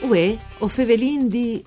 Uè, o fevelin di...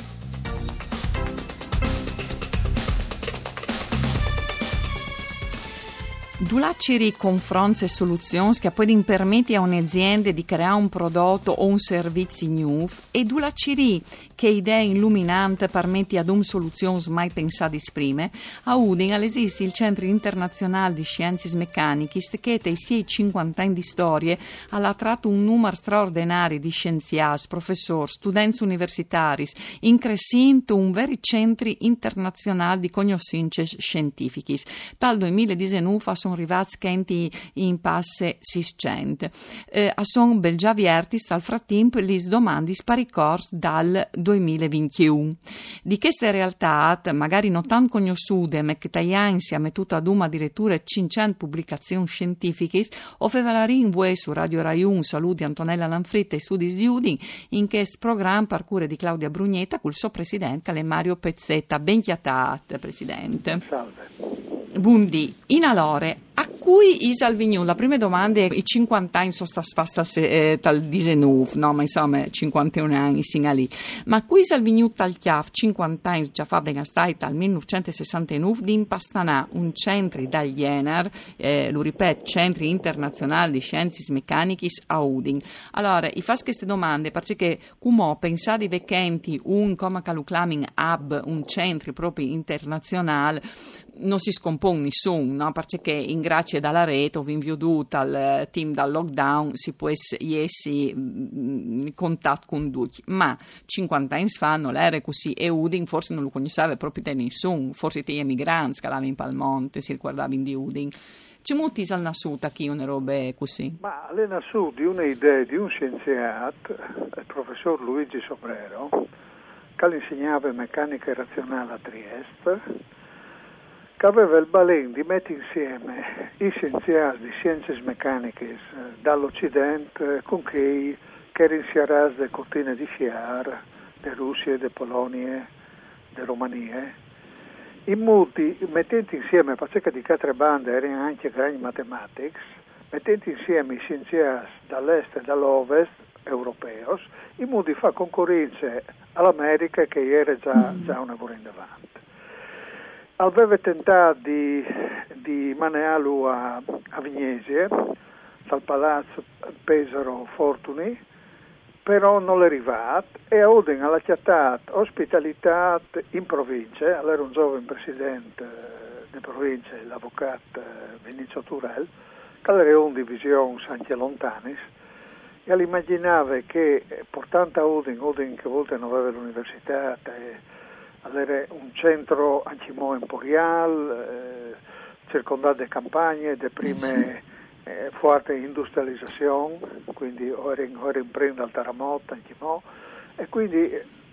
Dulaciri confronti e soluzioni che poi permettono a un'azienda di creare un prodotto o un servizio nuovo e dulaciri che idee illuminanti permette ad un soluzione mai pensate esprime, a Udin esiste il Centro Internazionale di Scienze Meccaniche che dai suoi 50 anni di storie ha tratto un numero straordinario di scienziati, professori, studenti universitari, increscendo un vero centro internazionale di conoscenze scientifiche. Dal 2019 sono arrivati in passe 600. Sono ben già avverti dal frattempo le domande sparicorse dal 2021. Di queste realtà, magari non tanto conosciute, ma che tagliano si ha mettuto ad una addirittura 500 pubblicazioni scientifiche, o fevelari voi su Radio Rai 1, saluti Antonella Lanfritta e Studi di Udin, in questo programma per cura di Claudia Brugnetta, col suo presidente, che è Mario Pezzetta. Ben chiatate, presidente. Salve. Buondì. In allora, a cui Isalvignon, la prima domanda è i 50 anni sono stati dal 19, no? Ma insomma 51 anni sin lì. Ma qui Isalvignon tal chiaf 50 anni già fa ben stai dal 1969 di Impastanà, un centro dagli ENER, lo ripeto, Centri Internazionali di Scienze Meccaniche a Udin. Allora, i fas queste domande perché come pensate di vecchenti un come caluclamin hub, un centro proprio internazionale, non si scompone nessuno, no? Perché in grazie dalla rete o in veduto al team dal lockdown si può essere in contatto con tutti, ma 50 anni fa non era così e Udin forse non lo conosceva proprio da nessuno, forse te emigranti che avevano in Palmonte si ricordavano di Udin. C'è molti al nassuta chi una roba così? Ma le nassu di un'idea di un scienziato, il professor Luigi Sobrero, che insegnava meccanica razionale a Trieste, che aveva il baleno di mettere insieme i scienziati di scienze meccaniche dall'Occidente con chi erano insiarati da cortine di fiar, di Russia, di Polonia, di Romania, in modi, mettendo insieme, perché di quattro bande erano anche grandi mathematics, mettendo insieme i scienziati dall'est e dall'ovest europei, in modo di fare concorrenza all'America che era già una buona in davanti. Aveva tentato di manearlo a Vignesie, dal palazzo Pesaro Fortuny, però non è arrivato e a Udin ha chiatato ospitalità in provincia, allora un giovane presidente di provincia, l'avvocato Vinicio Turel, che era un divisione anche lontanis, e l'immaginava che portando a Udin che a volte non aveva l'università, avere un centro anche emporiale, circondato da campagne, da prime forte industrializzazione, quindi ora in prenda al terremoto, anche mo, e quindi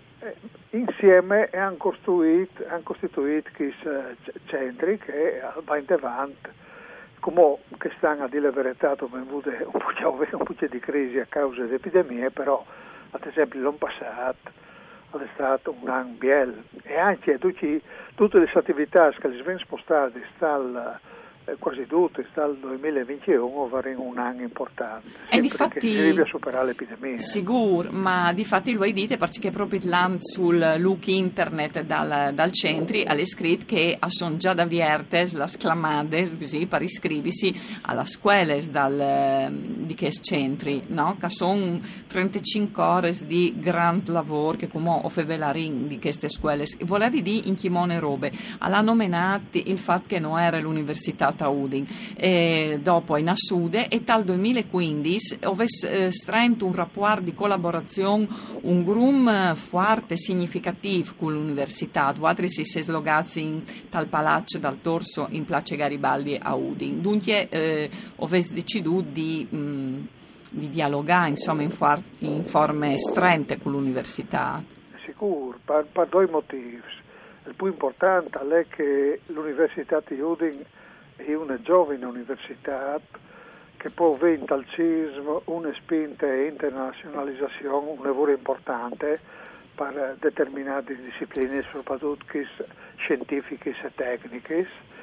insieme hanno costituito questi centri che vanno avanti, come che stanno a dire la verità, abbiamo avuto un po' di crisi a causa dell'epidemia, però ad esempio l'anno passato è stato un anno biel e anche tutte le attività che si sono spostate quasi tutte dal 2021 varranno un anno importante e difatti che si arrivi a superare l'epidemia. Sicuro, ma difatti lo hai dite perché proprio sul look internet dal centri alle scritto che sono già da viertes la sclamate così per iscriversi alla scuola di che centri, no? Che sono 35 ore di gran lavoro che come ho fevelarin di queste scuole. Volevi dire in chimone robe alla nominati il fatto che non era l'università a Udin, dopo in Assude e dal 2015 avesse stretto un rapporto di collaborazione un grum forte significativo con l'università, altri si slogati in tal palazzo dal Torso in Place Garibaldi a Udin. Dunque avesse deciso di dialogare insomma in forme strette con l'università. Sicuro, per due motivi. Il più importante è che l'università di Udin è una giovane università che può avere dal CISM una spinta e internazionalizzazione, un lavoro importante per determinate discipline, soprattutto scientifiche e tecniche,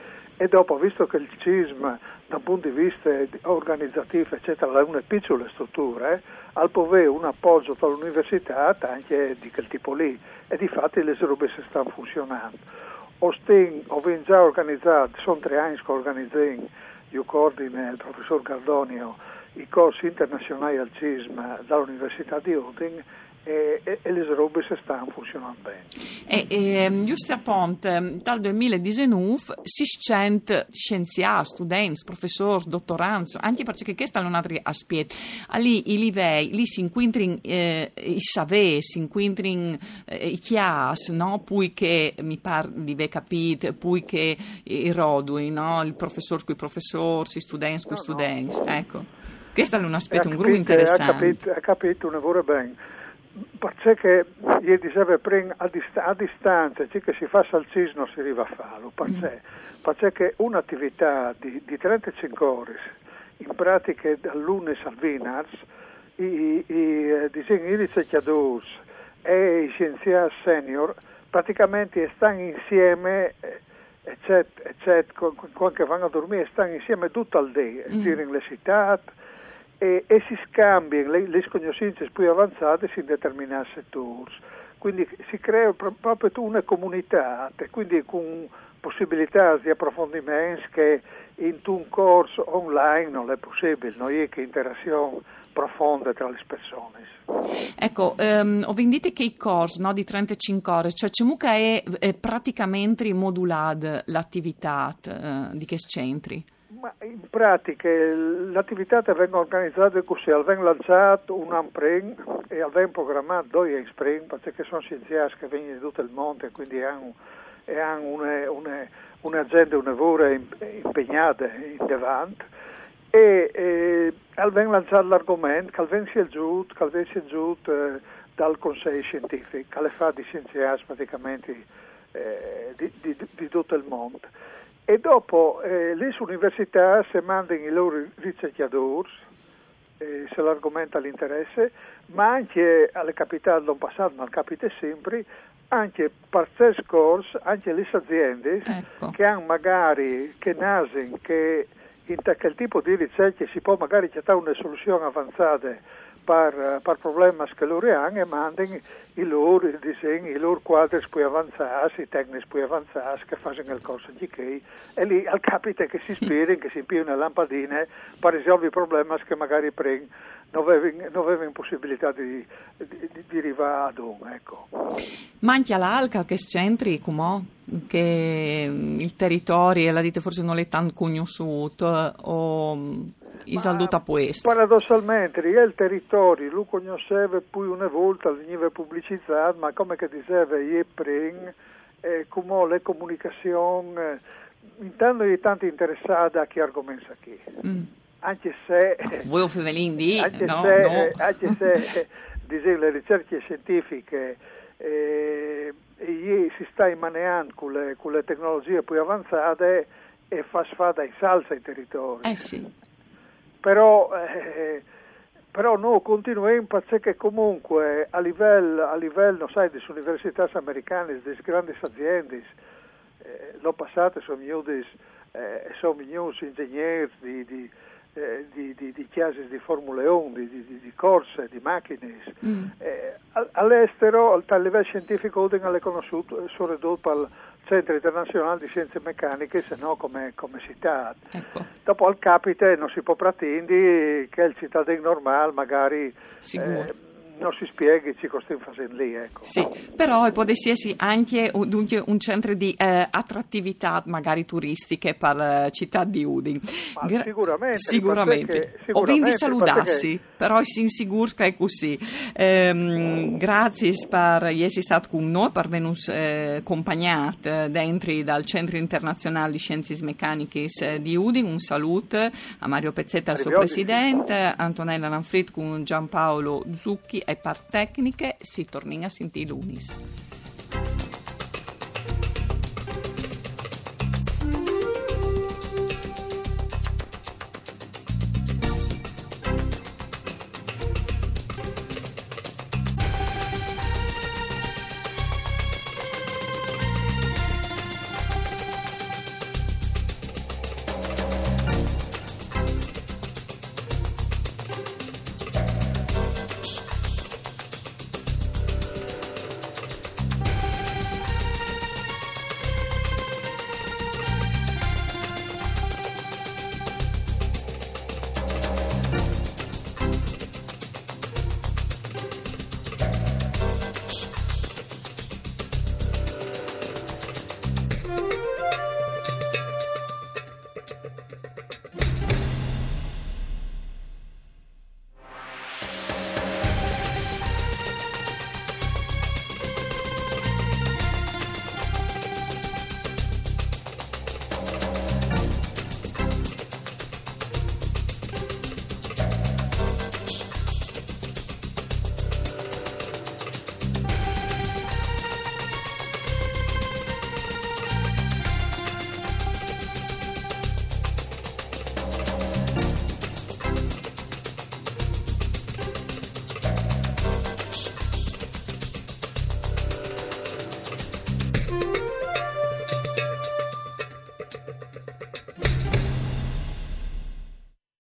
E dopo, visto che il CISM da un punto di vista organizzativo eccetera è una piccola struttura, al avere un appoggio dall'università anche di quel tipo lì, e di fatti le robe si stanno funzionando. Ho già organizzato, sono 3 anni che organizzo, io coordino il professor Gardonio i corsi internazionali al CISM dall'Università di Udine, e le robe si stanno funzionando bene. Giusto appunto, dal 2019 si sente scienziati, studenti, professori, dottorandi, anche perché questo è un altro aspetto. Lì i livelli, lì si incontrano i saperi, si incontrano i chiasi, no? Poi che mi pare di aver capito, poi che i rodui, no? Il professore con i professori, i studenti con i studenti, ecco. Questo è un aspetto un gruppo interessante. Ha capito, ne vorrei bene. Perché io dicevo prima a distanza, che si fa al CIS non si arriva a farlo, perché un'attività di 35 ore, in pratica dal lunes al venerdì, i ricercatori e i scienziati senior praticamente stanno insieme, quando vanno a dormire, stanno insieme tutto il giorno, girano le città, e si scambiano le conoscenze più avanzate in determinati settori. Quindi si crea proprio una comunità, quindi con possibilità di approfondimento che in un corso online non è possibile, non è che interazione profonda tra le persone. Ecco, ho vendito che i corsi, no, di 35 ore, cioè c'è è praticamente modulata l'attività di che centri? Ma in pratica l'attività vengono organizzate così, vengono lanciato un anno prima e vengono programmato 2 anni prima, perché sono scienziati che vengono di tutto il mondo e quindi hanno un'agenda, un lavoro impegnata in davanti, e vengono lanciato l'argomento che vengono si è giunto dal Consiglio Scientifico, che le fa di scienziati praticamente di tutto il mondo. E dopo le università si mandano i loro ricercatori, se l'argomento l'interesse, ma anche alle capitali non passato, ma capita sempre, anche per certi corsi, anche le aziende, ecco, che hanno magari, che nascono, che in quel tipo di ricerche si può magari cercare una soluzione avanzata per problemi che loro hanno, e mandano i loro disegni, i loro quadri più avanzati, i tecnici più avanzati che fanno il corso di che, e lì al capita che si ispirano, che si impiano una lampadina per risolvere i problemi che magari prima non avevano possibilità di arrivare ad un, ecco. Manca l'alca che centri, come che il territorio, la dite forse non è tanto conosciuto, o i salduta questo? Paradossalmente, il territorio lo conosceva poi una volta, veniva pubblicizzato, ma come che diceva io prima, come le comunicazioni, intanto è tanto interessata a chi argomenta chi. Anche se voi Fevelindi, anche no, se, no. Anche se dicevo, le ricerche scientifiche si sta immaneando con le tecnologie più avanzate e fa sfada in salsa ai territori. Sì. Però noi continuiamo perché comunque a livello sai, delle università americane, delle grandi aziende, l'ho passato sono migliori ingegneri di chiesi di Formula 1, di corse, di macchine. All'estero, a livello scientifico, Udine è conosciuto soprattutto al Centro Internazionale di Scienze Meccaniche, se no come città. Ecco. Dopo al capite non si può pretendere che il cittadino normale magari non si spieghi, ci costa facendo lì, ecco. Sì, però può esserci anche dunque un centro di attrattività magari turistiche per la città di Udine. Sicuramente. O quindi salutarsi, però sono sicuro che è così. Grazie per essere stato con noi, per averci accompagnato dentro dal Centro Internazionale di Scienze Meccaniche di Udine. Un saluto a Mario Pezzetta, il suo presidente, Antonella Lanfrid con Giampaolo Zucchi, e per tecniche si torna a sentire lunis.